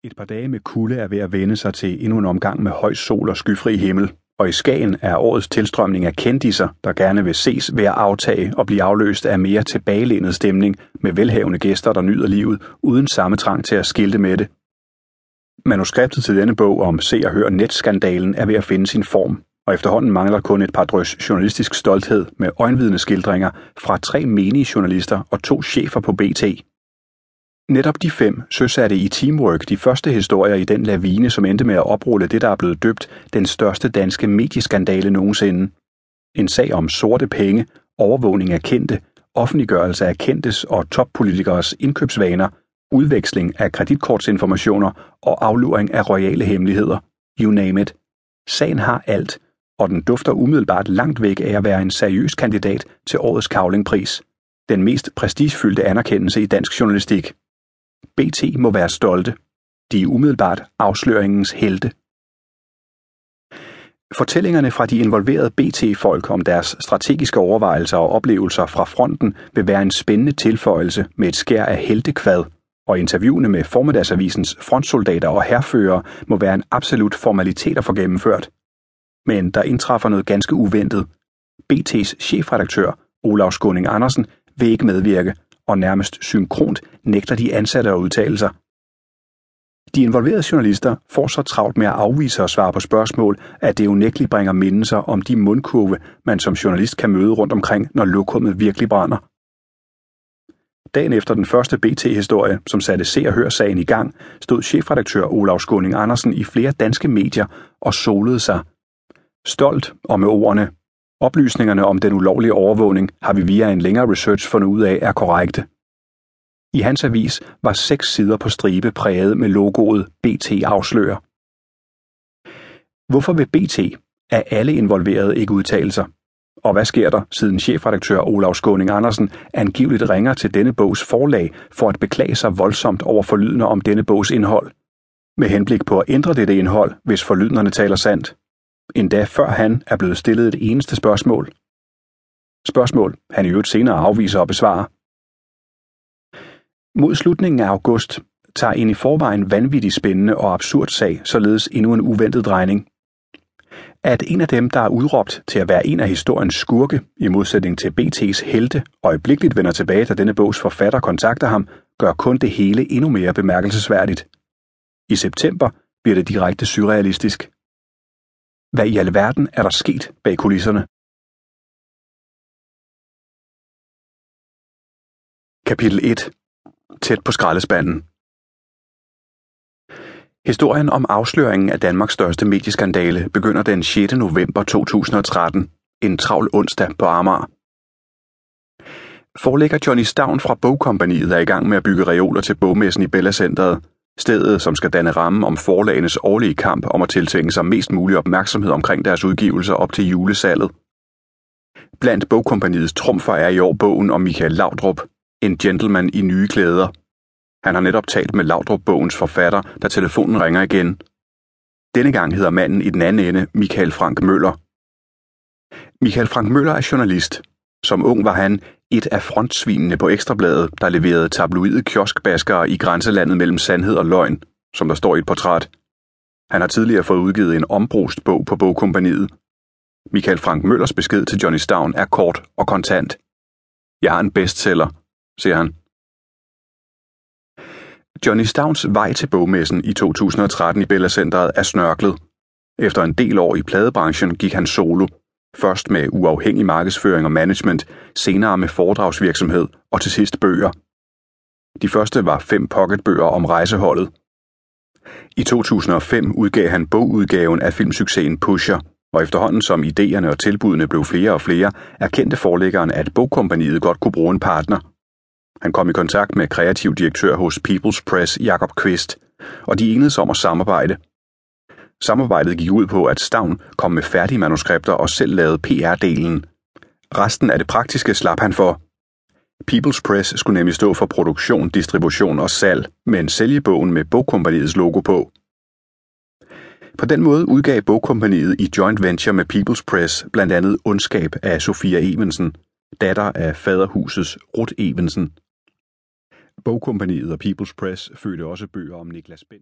Et par dage med kulde er ved at vende sig til endnu en omgang med høj sol og skyfri himmel, og i Skagen er årets tilstrømning af kendisser, der gerne vil ses, ved at aftage og blive afløst af mere tilbagelænet stemning med velhavende gæster, der nyder livet uden samme trang til at skilte med det. Manuskriptet til denne bog om Se og Hør netskandalen er ved at finde sin form, og efterhånden mangler kun et par drøs journalistisk stolthed med øjenvidneskildringer fra 3 menige journalister og 2 chefer på BT. Netop de 5 søsatte i teamwork de første historier i den lavine, som endte med at oprulle det, der er blevet døbt den største danske medieskandale nogensinde. En sag om sorte penge, overvågning af kendte, offentliggørelse af kendtes og toppolitikeres indkøbsvaner, udveksling af kreditkortsinformationer og afluring af royale hemmeligheder. You name it. Sagen har alt, og den dufter umiddelbart langt væk af at være en seriøs kandidat til årets Cavlingpris. Den mest prestigefyldte anerkendelse i dansk journalistik. BT må være stolte. De er umiddelbart afsløringens helte. Fortællingerne fra de involverede BT-folk om deres strategiske overvejelser og oplevelser fra fronten vil være en spændende tilføjelse med et skær af heltekvad, og interviewene med Formiddagsavisens frontsoldater og hærførere må være en absolut formalitet at få gennemført. Men der indtræffer noget ganske uventet. BT's chefredaktør, Olav Skaaning Andersen, vil ikke medvirke, og nærmest synkront nægter de ansatte at udtale sig. De involverede journalister får så travlt med at afvise og svare på spørgsmål, at det unægteligt bringer mindelser om de mundkurve, man som journalist kan møde rundt omkring, når lokummet virkelig brænder. Dagen efter den første BT-historie, som satte Se og Hør-sagen i gang, stod chefredaktør Olav Skaaning Andersen i flere danske medier og solede sig. Stolt og med ordene: oplysningerne om den ulovlige overvågning har vi via en længere research fundet ud af er korrekte. I hans avis var 6 sider på stribe præget med logoet BT afslører. Hvorfor vil BT af alle involverede ikke udtale sig? Og hvad sker der, siden chefredaktør Olav Skaaning Andersen angiveligt ringer til denne bogs forlag for at beklage sig voldsomt over forlydender om denne bogs indhold? Med henblik på at ændre dette indhold, hvis forlydenderne taler sandt. Endda før han er blevet stillet et eneste spørgsmål. Spørgsmål, han i øvrigt senere afviser og besvarer. Mod slutningen af august tager en i forvejen vanvittigt spændende og absurd sag således endnu en uventet drejning. At en af dem, der er udråbt til at være en af historiens skurke, i modsætning til BT's helte, øjeblikkeligt vender tilbage, da denne bogs forfatter kontakter ham, gør kun det hele endnu mere bemærkelsesværdigt. I september bliver det direkte surrealistisk. Hvad i alverden er der sket bag kulisserne? Kapitel 1. Tæt på skraldespanden. Historien om afsløringen af Danmarks største medieskandale begynder den 6. november 2013, en travl onsdag på Amager. Forlægger Johnny Stavn fra Bogkompagniet er i gang med at bygge reoler til bogmessen i Bella Centeret, stedet som skal danne rammen om forlagenes årlige kamp om at tiltvinge sig mest mulig opmærksomhed omkring deres udgivelser op til julesalget. Blandt Bogkompagniets trumfer er i år bogen om Michael Laudrup, en gentleman i nye klæder. Han har netop talt med Laudrup-bogens forfatter, da telefonen ringer igen. Denne gang hedder manden i den anden ende Michael Frank Møller. Michael Frank Møller er journalist. Som ung var han et af frontsvinene på Ekstrabladet, der leverede tabloide kioskbaskere i grænselandet mellem sandhed og løgn, som der står i et portræt. Han har tidligere fået udgivet en ombrust bog på Bogkompagniet. Michael Frank Møllers besked til Johnny Stavn er kort og kontant. Jeg har en bestseller, siger han. Johnny Stavns vej til bogmessen i 2013 i Bella Centeret er snørklet. Efter en del år i pladebranchen gik han solo. Først med uafhængig markedsføring og management, senere med foredragsvirksomhed og til sidst bøger. De første var 5 pocketbøger om rejseholdet. I 2005 udgav han bogudgaven af filmsuccesen Pusher, og efterhånden som idéerne og tilbudene blev flere og flere, erkendte forlæggeren, at Bogkompagniet godt kunne bruge en partner. Han kom i kontakt med kreativ direktør hos People's Press, Jacob Qvist, og de enedes om at samarbejde. Samarbejdet gik ud på, at Stavn kom med færdige manuskripter og selv lavede PR-delen. Resten af det praktiske slap han for. People's Press skulle nemlig stå for produktion, distribution og salg, men sælge bogen med Bogkompagniets logo på. På den måde udgav Bogkompagniet i joint venture med People's Press blandt andet Ondskab af Sofia Evensen, datter af faderhusets Ruth Evensen. Bogkompagniet og People's Press fødte også bøger om Niklas Bent.